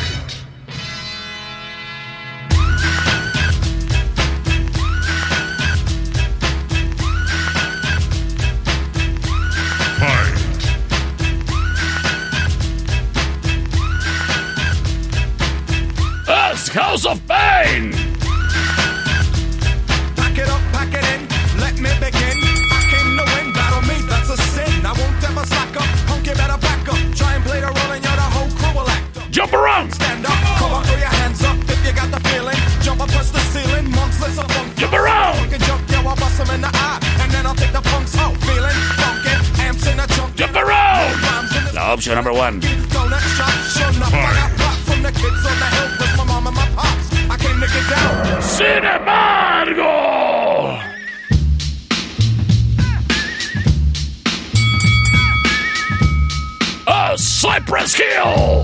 It's House of Pain. Pack it up, pack it in, let me begin. I came to win, battle me, that's a sin. I won't ever slack up, punk, you better back up. Try and play the role and you're the whole crew will act up. Jump around. Stand up, come on, throw your hands up if you got the feeling. Jump up, touch the ceiling, monks, let's up, funk. Jump around. Fucking jump, yo, I'll bust them in the eye. And then I'll take the punks out, feeling funky. Amps in the trunk. Jump around. La opción number 1. Donut shop, sure enough, I got pop from the kids on the hill with my mom and my pops. I came to get down. Sin embargo, a Cypress Hill.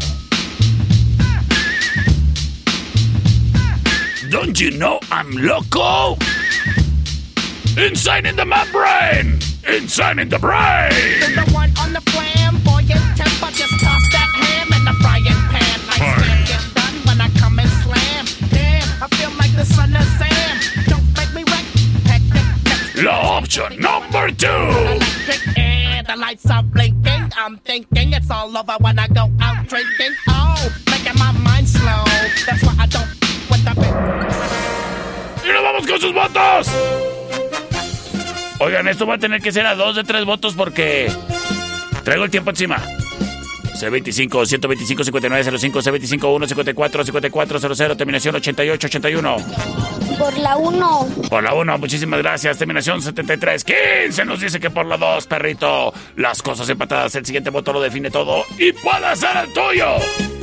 Don't you know I'm loco? Insane in the membrane. Insane in the brain. The one on the flamboyant temper, just toss that ham in the frying pan. Like slam gets done when I come and slam. Damn, I feel like the son of Sam. Don't make me wreck. Hectic. La option number 2. Electric and the lights are blinking. I'm thinking it's all over when I go out drinking. Oh, making my mind slow. That's why I don't with the big. ¡Y nos vamos con sus votos! Oigan, esto va a tener que ser a 2 de 3 votos porque traigo el tiempo encima. C25 125 5905 C25 154 5400 terminación 8881. Por la 1. Por la 1, muchísimas gracias. Terminación 7315 nos dice que por la 2, perrito. Las cosas empatadas, el siguiente voto lo define todo y puede ser el tuyo.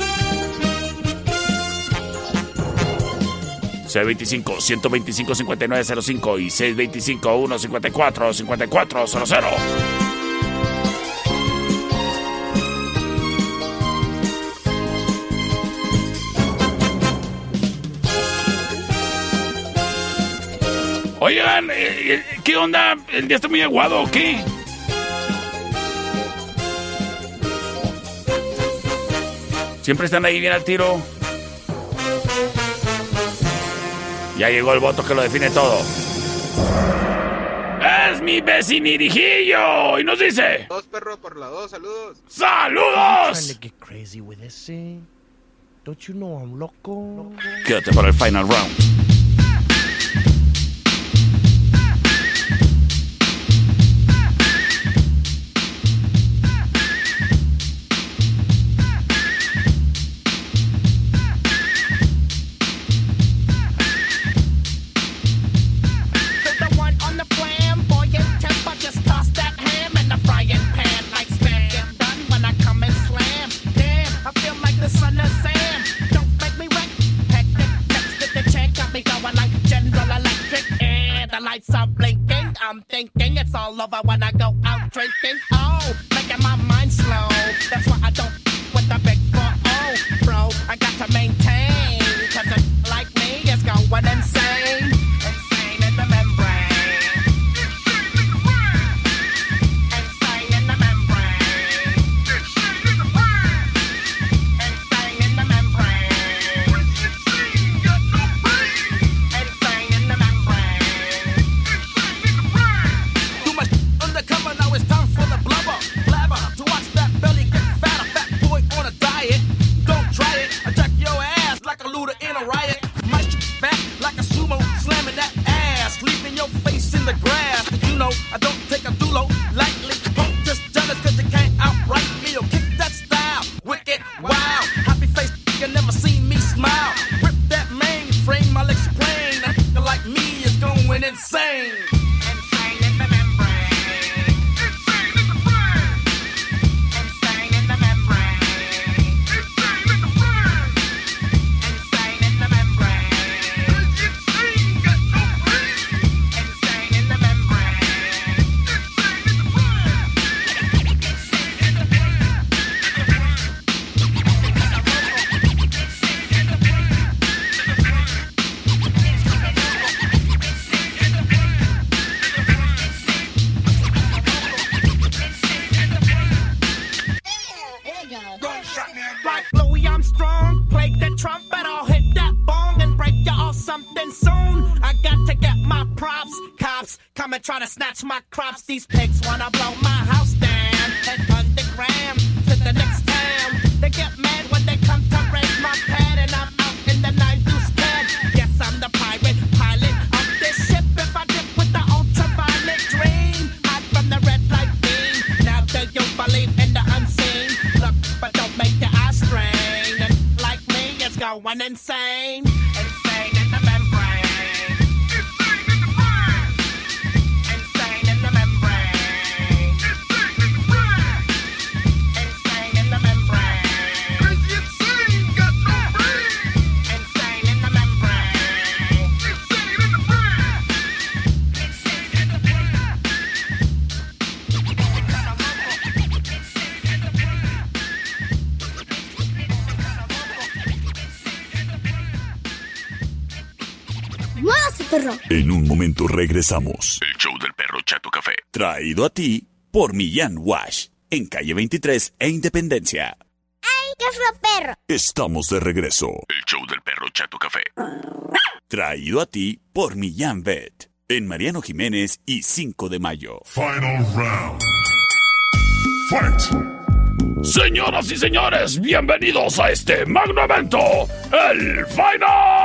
C25 125 5905 y 625 154 5400. Oigan, ¿qué onda? ¿El día está muy aguado o qué? Siempre están ahí bien al tiro. Ya llegó el voto que lo define todo. ¡Es mi vecinirijillo! Y nos dice... 2 perros por la 2, saludos. ¡Saludos! Quédate para el final round. I'm thinking it's all over when I go out drinking. Oh, making my mind slow. That's why I don't with the big 4-0, bro. I got to maintain, cause a like me is going insane. Insane in the membrane. Insane in the membrane. Insane in the membrane. Insane in the membrane. Undercover, now it's time for the blubber. Blabber, to watch that belly get fatter. Fat boy on a diet. Don't try it. I jack your ass like a looter in a riot. My shit fat like a sumo, slamming that ass, leaving your face in the grass. You know, I don't take a dulo lightly. Punk just jealous cause you can't outright me or kick that style. Wicked, wow. Happy face, you never seen me smile. Rip that mainframe, I'll explain. A nigga like me is going insane. Like Louis Armstrong, play the trumpet, I'll hit that bong and break you off something soon. I got to get my props, cops come and try to snatch my crops. These pigs wanna blow my house down, head underground to the next town. They get mad when they come to raid my pad and I'm out in the 9-2-10. Yes, I'm the pirate pilot of this ship. If I dip with the ultraviolet dream, hide from the red light beam. Now do you believe in the unseen? Look, but don't make your eyes strain. And like me, it's going insane. Insane in the membrane. Insane in the membrane. Insane in the membrane. Insane got no brain. Insane in the membrane. Insane in the brain. Insane in the ¡Muévase, perro! En un momento regresamos. El show del perro Chato Café. Traído a ti por Millán Wash. En calle 23 e Independencia. ¡Ay, qué fue, perro! Estamos de regreso. El show del perro Chato Café. Traído a ti por Millán Vet. En Mariano Jiménez y 5 de Mayo. Final round. Fight! Señoras y señores, bienvenidos a este magno evento, el Final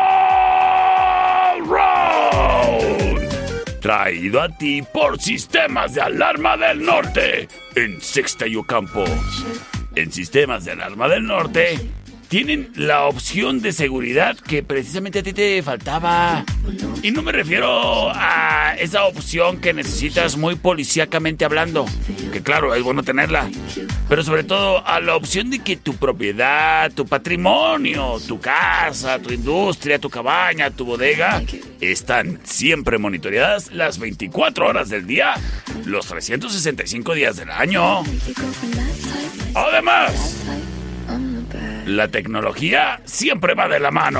Round. Traído a ti por Sistemas de Alarma del Norte, en Sexta y Ocampo. En Sistemas de Alarma del Norte tienen la opción de seguridad que precisamente a ti te faltaba. Y no me refiero a esa opción que necesitas muy policíacamente hablando, que claro, es bueno tenerla, pero sobre todo a la opción de que tu propiedad, tu patrimonio, tu casa, tu industria, tu cabaña, tu bodega están siempre monitoreadas las 24 horas del día, los 365 días del año. Además, la tecnología siempre va de la mano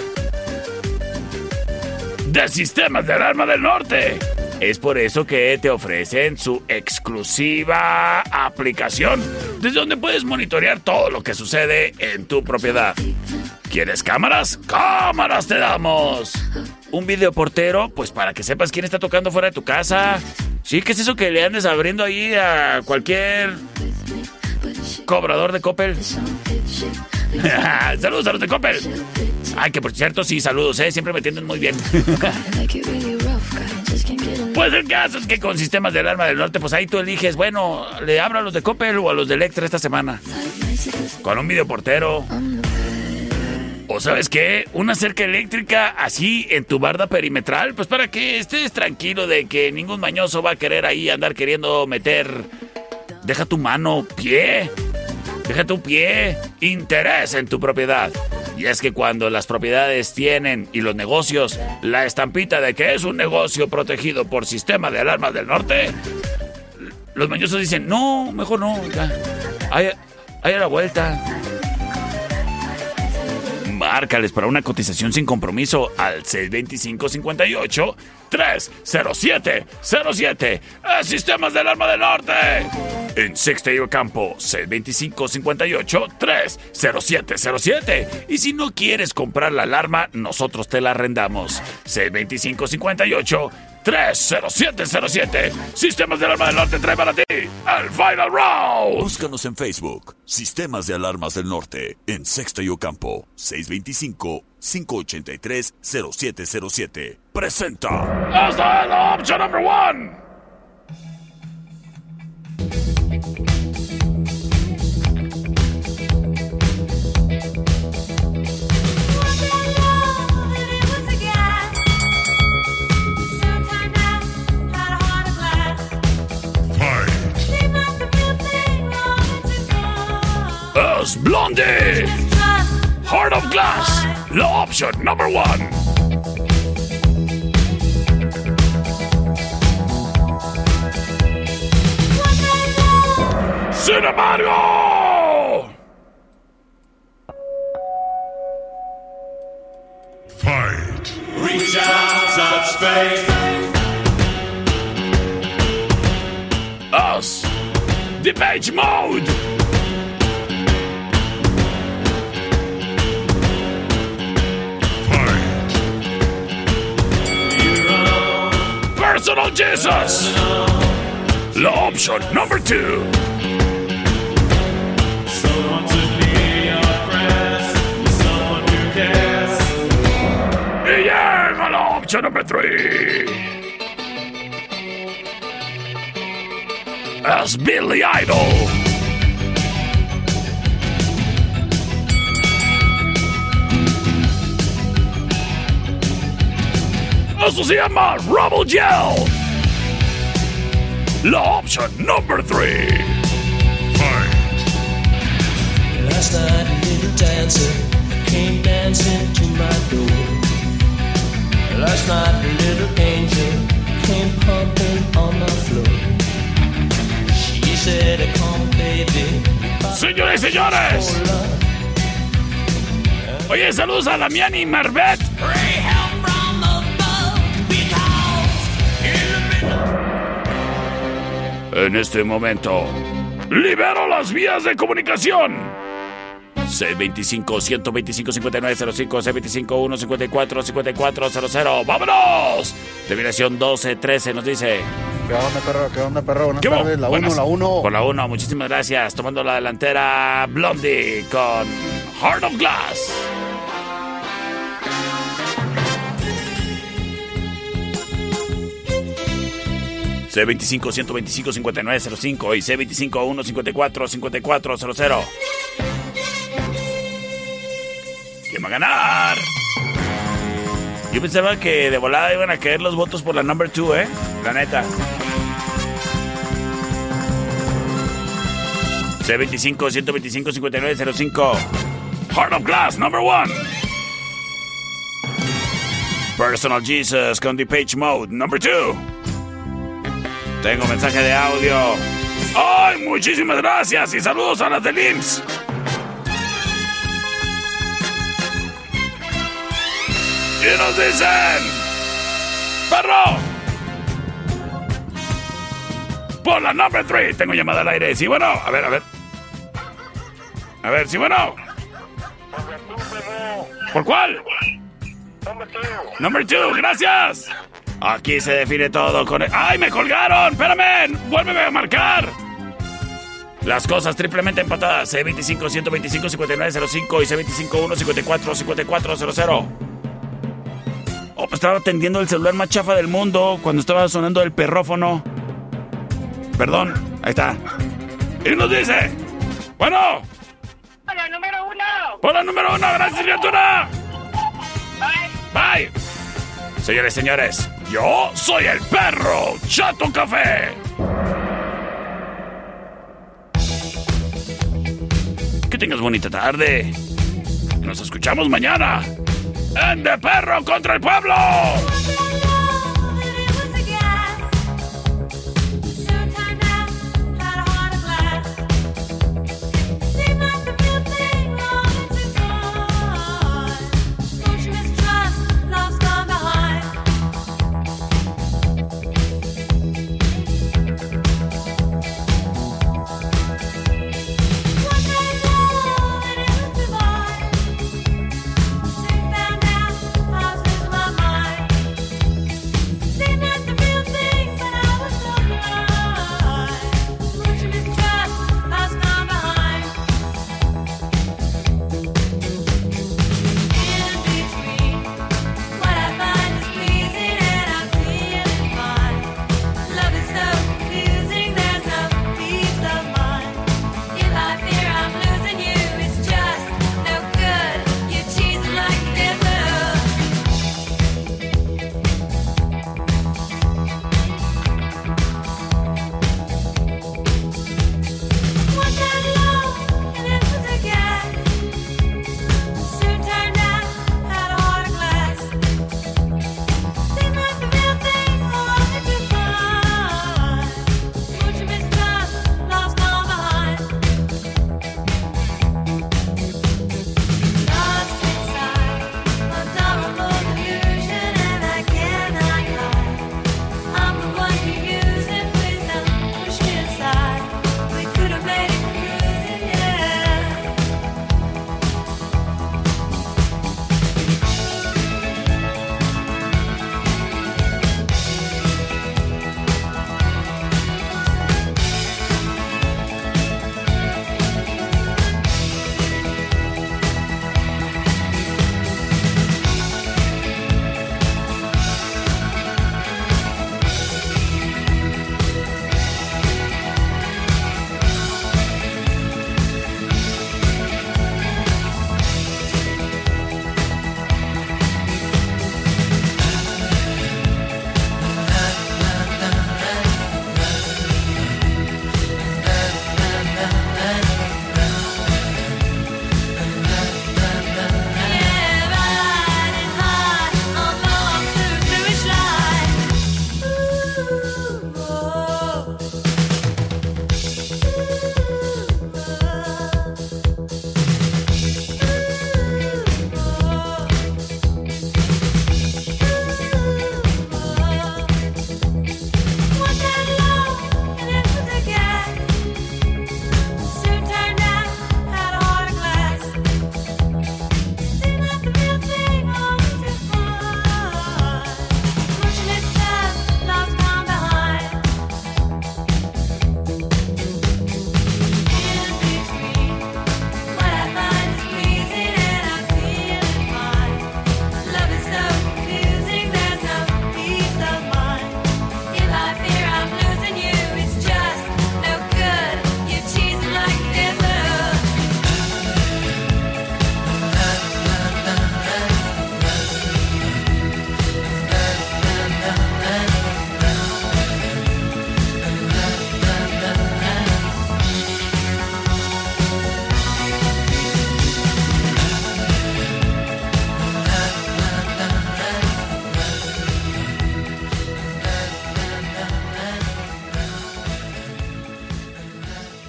de Sistemas de Alarma del Norte. Es por eso que te ofrecen su exclusiva aplicación, desde donde puedes monitorear todo lo que sucede en tu propiedad. ¿Quieres cámaras? ¡Cámaras te damos! ¿Un videoportero? Pues para que sepas quién está tocando fuera de tu casa. Sí, ¿qué es eso que le andes abriendo ahí a cualquier cobrador de Coppel? Saludos a los de Coppel. Ay, que por cierto, sí, saludos, siempre me atienden muy bien. Pues el caso es que con Sistemas de Alarma del Norte, pues ahí tú eliges, bueno, le abro a los de Coppel o a los de Electra esta semana. Con un videoportero. O ¿sabes qué? Una cerca eléctrica así en tu barda perimetral, pues para que estés tranquilo de que ningún mañoso va a querer ahí andar queriendo meter. Deja tu mano, pie. Deja tu pie, interés en tu propiedad. Y es que cuando las propiedades tienen, y los negocios, la estampita de que es un negocio protegido por Sistema de Alarmas del Norte, los mañosos dicen, no, mejor no, ya. Ahí a la vuelta. Márcales para una cotización sin compromiso al 625-58-30707. Sistemas de Alarma del Norte. En Sexta y Ocampo, 625-58-30707. Y si no quieres comprar la alarma, nosotros te la arrendamos. 625-58-30707. Sistemas de Alarma del Norte trae para ti el Final Round. Búscanos en Facebook, Sistemas de Alarmas del Norte, en Sexta y Ocampo, 625-583-0707. Presenta. ¡Hasta la opción number 1! Es Blondie, Heart of Glass, la opción number 1. Sin embargo, Fight. Reach out, touch faith. Us, Depeche Mode. Personal Jesus, la opción number 2. Someone to be your friend, someone who cares. Y llega la opción number 3. Es Billy Idol. Eso se llama Rubble Gel. La opción number 3. Last night a little dancer came dancing to my door. Last night a little angel came pumping on the floor. She said, come baby. Señores y señores. Oye, saludos a Damián y Marvet. En este momento, libero las vías de comunicación. C25-125-5905, C25-154-5400. ¡Vámonos! Terminación 1213 nos dice... ¿Qué onda, perro? Buenas tardes. La 1. Por la 1, muchísimas gracias. Tomando la delantera, Blondie con Heart of Glass. C25-125-5905 y C25-154-5400. ¿Quién va a ganar? Yo pensaba que de volada iban a caer los votos por la number 2, la neta. C25-125-5905. Heart of Glass, number 1. Personal Jesus con Depeche Mode, number 2. Tengo mensaje de audio. ¡Ay, muchísimas gracias! Y saludos a las del IMSS. Y nos dicen... ¡Perro! Por la number 3. Tengo llamada al aire. Sí, bueno. A ver. A ver, sí, bueno. ¿Por cuál? Number 2, gracias. Aquí se define todo con... ¡Ay, me colgaron! ¡Espérame! ¡Vuélveme a marcar! Las cosas triplemente empatadas. C25-125-5905 y C25-154-5400. Oh, pues estaba atendiendo el celular más chafa del mundo cuando estaba sonando el perrófono. Perdón, ahí está. Y nos dice... Bueno. Por la número 1. Por la número 1, gracias, criatura. Bye. Señores, yo soy el perro Chato Café. Que tengas bonita tarde. Nos escuchamos mañana en De Perro contra el Pueblo.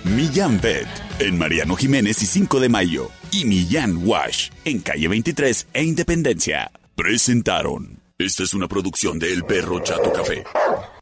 Millán Vet, en Mariano Jiménez y 5 de Mayo. Y Millán Wash, en calle 23 e Independencia. Presentaron. Esta es una producción de El Perro Chato Café.